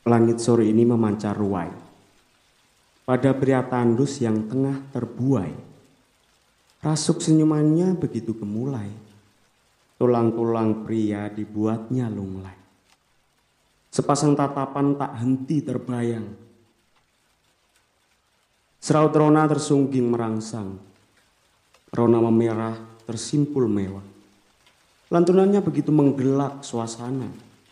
Langit sore ini memancar ruai pada pria tandus yang tengah terbuai. Rasuk senyumannya begitu gemulai, tulang-tulang pria dibuatnya lunglai. Sepasang tatapan tak henti terbayang, seraut rona tersungging merangsang, rona memerah tersimpul mewah. Lantunannya begitu menggelak suasana.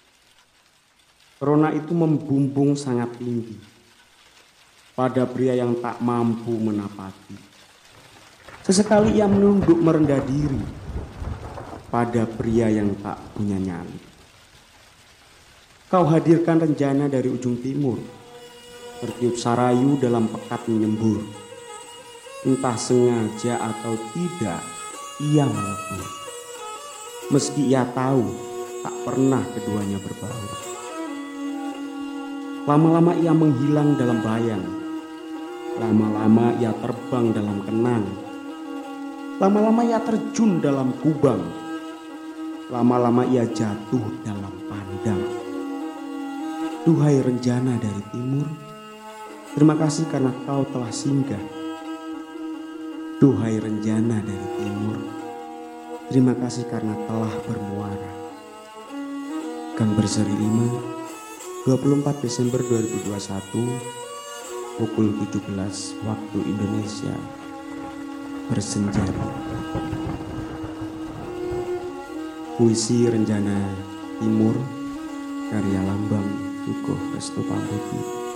Rona itu membumbung sangat tinggi pada pria yang tak mampu menapati. Sesekali ia menunduk merendah diri pada pria yang tak punya nyali. Kau hadirkan rencana dari ujung timur, tertiup sarayu dalam pekat menyembur. Entah sengaja atau tidak, ia melebur. Meski ia tahu tak pernah keduanya berbaur. Lama-lama ia menghilang dalam bayang. Lama-lama ia terbang dalam kenang. Lama-lama ia terjun dalam kubang. Lama-lama ia jatuh dalam pandang. Duhai renjana dari timur, terima kasih karena kau telah singgah. Duhai renjana dari timur, terima kasih karena telah bermuara. Gang Berseri 5, 24 Desember 2021, pukul 17 waktu Indonesia bersenjata. Puisi Renjana Timur karya Lambang Tuguh Restu Pambudi.